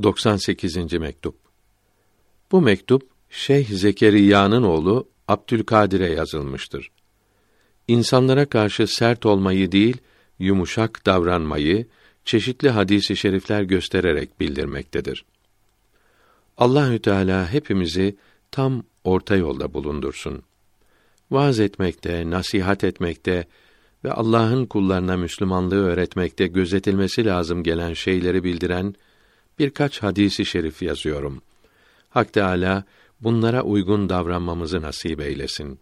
98. mektup. Bu mektup Şeyh Zekeriya'nın oğlu Abdülkadir'e yazılmıştır. İnsanlara karşı sert olmayı değil, yumuşak davranmayı çeşitli hadis-i şerifler göstererek bildirmektedir. Allahü Teala hepimizi tam orta yolda bulundursun. Vaaz etmekte, nasihat etmekte ve Allah'ın kullarına Müslümanlığı öğretmekte gözetilmesi lazım gelen şeyleri bildiren birkaç hadis-i şerif yazıyorum. Hak Teâlâ bunlara uygun davranmamızı nasip eylesin.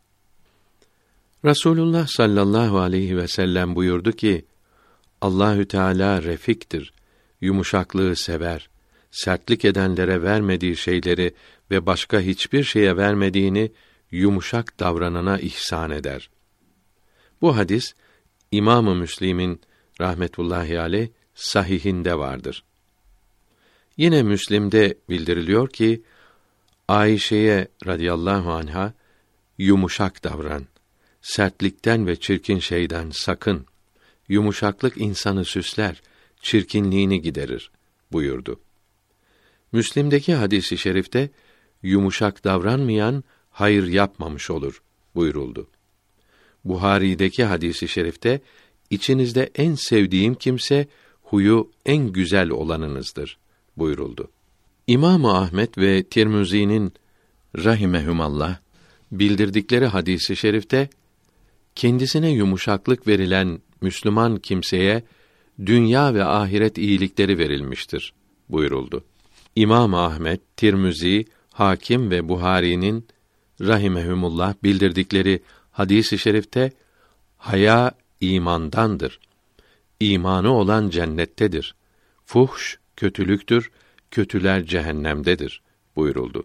Rasulullah sallallahu aleyhi ve sellem buyurdu ki, Allahü Teâlâ refiktir, yumuşaklığı sever, sertlik edenlere vermediği şeyleri ve başka hiçbir şeye vermediğini yumuşak davranana ihsan eder. Bu hadis İmam-ı Müslim'in rahmetullahi aleyh sahihinde vardır. Yine Müslim'de bildiriliyor ki Ayşe'ye radıyallahu anha yumuşak davran, sertlikten ve çirkin şeyden sakın. Yumuşaklık insanı süsler, çirkinliğini giderir buyurdu. Müslim'deki hadis-i şerifte yumuşak davranmayan hayır yapmamış olur buyuruldu. Buhari'deki hadis-i şerifte içinizde en sevdiğim kimse huyu en güzel olanınızdır buyuruldu. İmam-ı Ahmed ve Tirmizi'nin rahimehumallah bildirdikleri hadis-i şerifte kendisine yumuşaklık verilen Müslüman kimseye dünya ve ahiret iyilikleri verilmiştir buyuruldu. İmam Ahmed, Tirmizi, Hakim ve Buhari'nin rahimehumullah bildirdikleri hadis-i şerifte haya imandandır. İmanı olan cennettedir. Fuhş kötülüktür, kötüler cehennemdedir buyuruldu.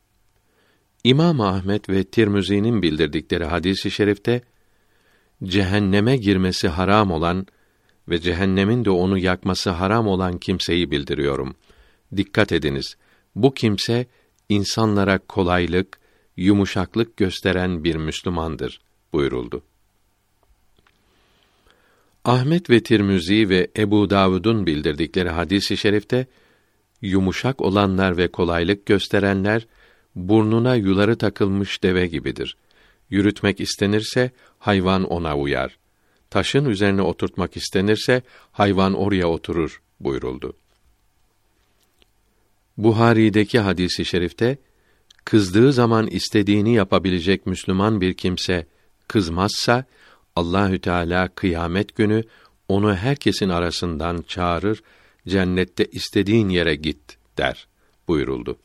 İmam Ahmed ve Tirmizi'nin bildirdikleri hadis-i şerifte cehenneme girmesi haram olan ve cehennemin de onu yakması haram olan kimseyi bildiriyorum. Dikkat ediniz. Bu kimse insanlara kolaylık, yumuşaklık gösteren bir Müslümandır buyuruldu. Ahmet ve Tirmizi ve Ebu Davud'un bildirdikleri hadis-i şerifte yumuşak olanlar ve kolaylık gösterenler burnuna yuları takılmış deve gibidir. Yürütmek istenirse hayvan ona uyar. Taşın üzerine oturtmak istenirse hayvan oraya oturur buyuruldu. Buhari'deki hadis-i şerifte kızdığı zaman istediğini yapabilecek Müslüman bir kimse kızmazsa Allahü Teala kıyamet günü onu herkesin arasından çağırır, cennette istediğin yere git der buyuruldu.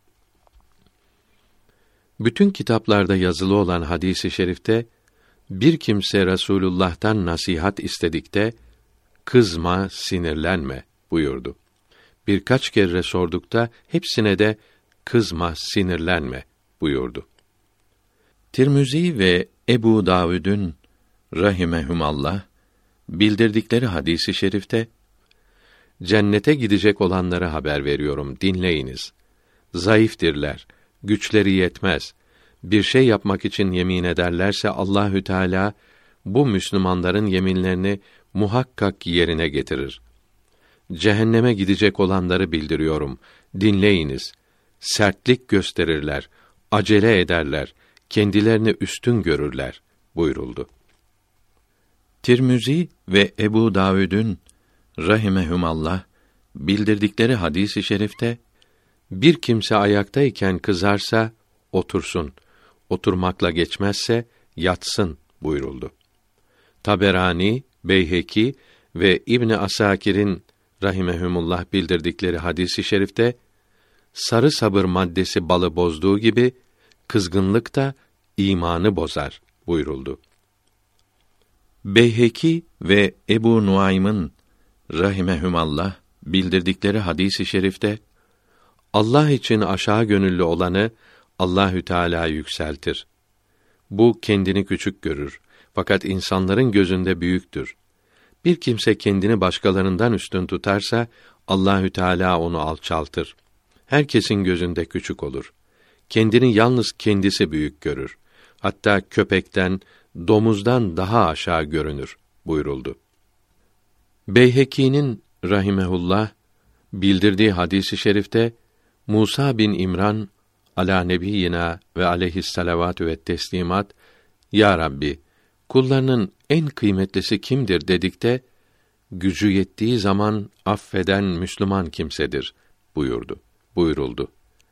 Bütün kitaplarda yazılı olan hadis-i şerifte bir kimse Resulullah'tan nasihat istedikte kızma, sinirlenme buyurdu. Birkaç kere sordukta hepsine de kızma, sinirlenme buyurdu. Tirmizi ve Ebu Davud'un rahimehumallah bildirdikleri hadis-i şerifte cennete gidecek olanlara haber veriyorum, dinleyiniz. Zayıftirler, güçleri yetmez. Bir şey yapmak için yemin ederlerse Allahü Teala bu Müslümanların yeminlerini muhakkak yerine getirir. Cehenneme gidecek olanları bildiriyorum. Dinleyiniz. Sertlik gösterirler, acele ederler, kendilerini üstün görürler buyuruldu. Tirmizi ve Ebu Davud'un rahimehumallah bildirdikleri hadis-i şerifte bir kimse ayaktayken kızarsa otursun, oturmakla geçmezse yatsın buyuruldu. Taberani, Beyheki ve İbn Asakir'in rahimehumullah bildirdikleri hadis-i şerifte sarı sabır maddesi balı bozduğu gibi kızgınlık da imanı bozar buyuruldu. Beyheki ve Ebu Nuaym'ın rahimehumallah bildirdikleri hadis-i şerifte Allah için aşağı gönüllü olanı Allahü Teala yükseltir. Bu kendini küçük görür fakat insanların gözünde büyüktür. Bir kimse kendini başkalarından üstün tutarsa Allahü Teala onu alçaltır. Herkesin gözünde küçük olur. Kendini yalnız kendisi büyük görür. Hatta köpekten, domuzdan daha aşağı görünür buyuruldu. Beyheki'nin rahimehullah bildirdiği hadisi şerifte Musa bin İmran ala nebiyyina ve aleyhisselavatü ve teslimat, Ya Rabbi, kullarının en kıymetlisi kimdir dedikte, gücü yettiği zaman affeden Müslüman kimsedir buyuruldu.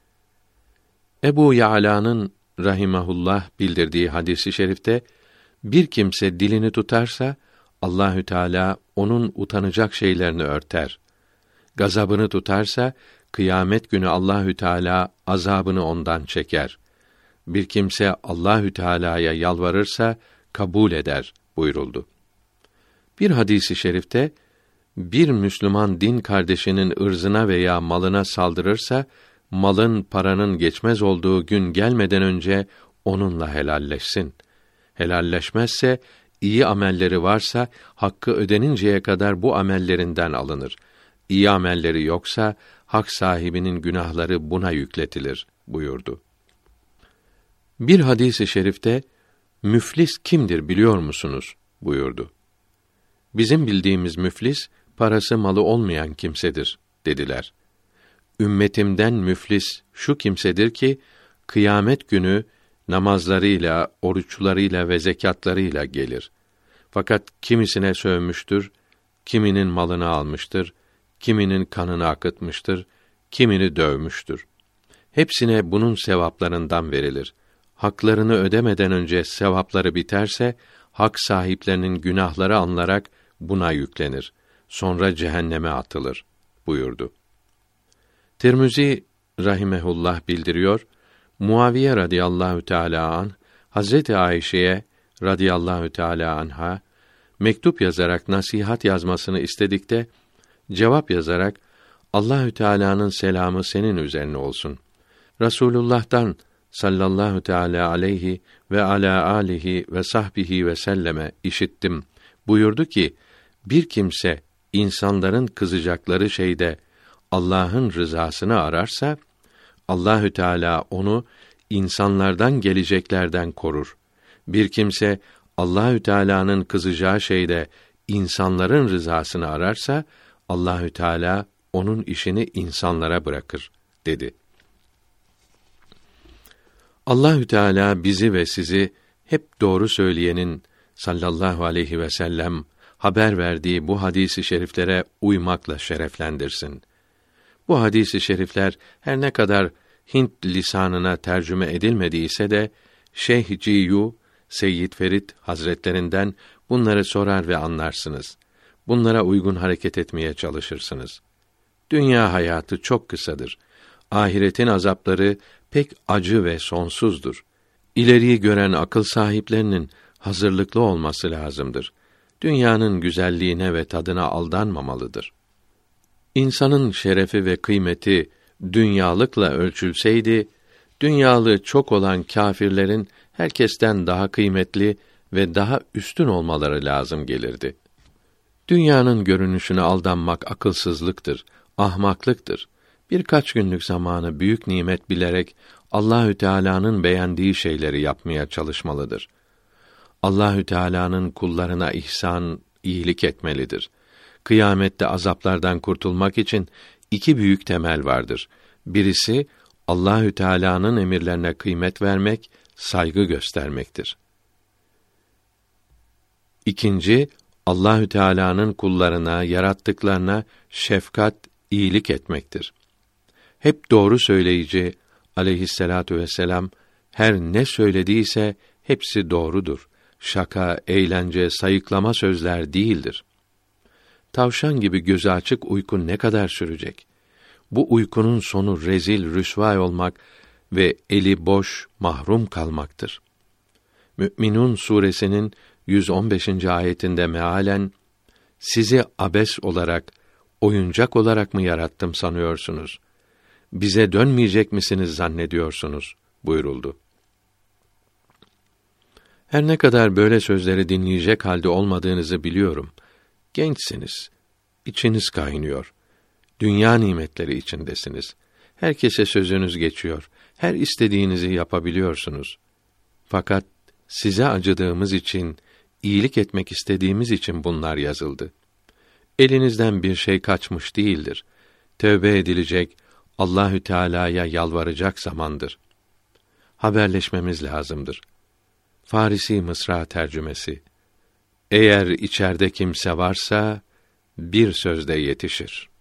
Ebu Ya'la'nın rahimehullah bildirdiği hadisi şerifte, bir kimse dilini tutarsa Allahü Teala onun utanacak şeylerini örter. Gazabını tutarsa kıyamet günü Allahü Teala azabını ondan çeker. Bir kimse Allahü Teala'ya yalvarırsa kabul eder buyuruldu. Bir hadisi şerifte, bir Müslüman din kardeşinin ırzına veya malına saldırırsa, malın, paranın geçmez olduğu gün gelmeden önce onunla helalleşsin. Helalleşmezse, iyi amelleri varsa, hakkı ödeninceye kadar bu amellerinden alınır. İyi amelleri yoksa, hak sahibinin günahları buna yükletilir buyurdu. Bir hadisi şerifte, müflis kimdir biliyor musunuz buyurdu. Bizim bildiğimiz müflis, parası malı olmayan kimsedir dediler. Ümmetimden müflis şu kimsedir ki, kıyamet günü namazlarıyla, oruçlarıyla ve zekatlarıyla gelir. Fakat kimisine sövmüştür, kiminin malını almıştır, kiminin kanını akıtmıştır, kimini dövmüştür. Hepsine bunun sevaplarından verilir. Haklarını ödemeden önce sevapları biterse, hak sahiplerinin günahları alınarak buna yüklenir. Sonra cehenneme atılır buyurdu. Tirmizi rahimehullah bildiriyor, Muaviye radıyallahu teâlâ anh, Hazreti Ayşe'ye radıyallahu teâlâ anha, mektup yazarak nasihat yazmasını istedikte, cevap yazarak, Allahü Teala'nın selamı senin üzerine olsun. Rasulullah'tan sallallahu teâlâ aleyhi ve alâ âlihi ve sahbihi ve selleme işittim buyurdu ki, bir kimse insanların kızacakları şeyde Allah'ın rızasını ararsa, Allahü Teala onu insanlardan geleceklerden korur. Bir kimse Allahü Teala'nın kızacağı şeyde insanların rızasını ararsa, Allahü Teala onun işini insanlara bırakır dedi. Allahü Teala bizi ve sizi hep doğru söyleyenin sallallahu aleyhi ve sellem haber verdiği bu hadisi şeriflere uymakla şereflendirsin. Bu hadisi şerifler her ne kadar Hint lisanına tercüme edilmediyse de Şeyh Ciyu Seyyid Ferit Hazretlerinden bunları sorar ve anlarsınız. Bunlara uygun hareket etmeye çalışırsınız. Dünya hayatı çok kısadır. Ahiretin azapları pek acı ve sonsuzdur. İleriyi gören akıl sahiplerinin hazırlıklı olması lazımdır. Dünyanın güzelliğine ve tadına aldanmamalıdır. İnsanın şerefi ve kıymeti dünyalıkla ölçülseydi, dünyalığı çok olan kâfirlerin herkesten daha kıymetli ve daha üstün olmaları lazım gelirdi. Dünyanın görünüşüne aldanmak akılsızlıktır, ahmaklıktır. Birkaç günlük zamanı büyük nimet bilerek Allahü Teala'nın beğendiği şeyleri yapmaya çalışmalıdır. Allahü Teala'nın kullarına ihsan, iyilik etmelidir. Kıyamette azaplardan kurtulmak için iki büyük temel vardır. Birisi Allahü Teala'nın emirlerine kıymet vermek, saygı göstermektir. İkinci, Allahü Teala'nın kullarına, yarattıklarına şefkat, iyilik etmektir. Hep doğru söyleyici aleyhisselatu vesselam her ne söylediyse hepsi doğrudur. Şaka, eğlence, sayıklama sözler değildir. Tavşan gibi gözü açık uyku ne kadar sürecek? Bu uykunun sonu rezil, rüsvâ olmak ve eli boş, mahrum kalmaktır. Mü'minun suresinin 115. ayetinde mealen, sizi abes olarak, oyuncak olarak mı yarattım sanıyorsunuz? Bize dönmeyecek misiniz zannediyorsunuz? Buyuruldu. Her ne kadar böyle sözleri dinleyecek halde olmadığınızı biliyorum. Gençsiniz, içiniz kaynıyor. Dünya nimetleri içindesiniz. Herkese sözünüz geçiyor. Her istediğinizi yapabiliyorsunuz. Fakat size acıdığımız için, iyilik etmek istediğimiz için bunlar yazıldı. Elinizden bir şey kaçmış değildir. tövbe edilecek, Allahü Teala'ya yalvaracak zamandır. Haberleşmemiz lazımdır. Farisi Mısra tercümesi. Eğer içeride kimse varsa bir sözde yetişir.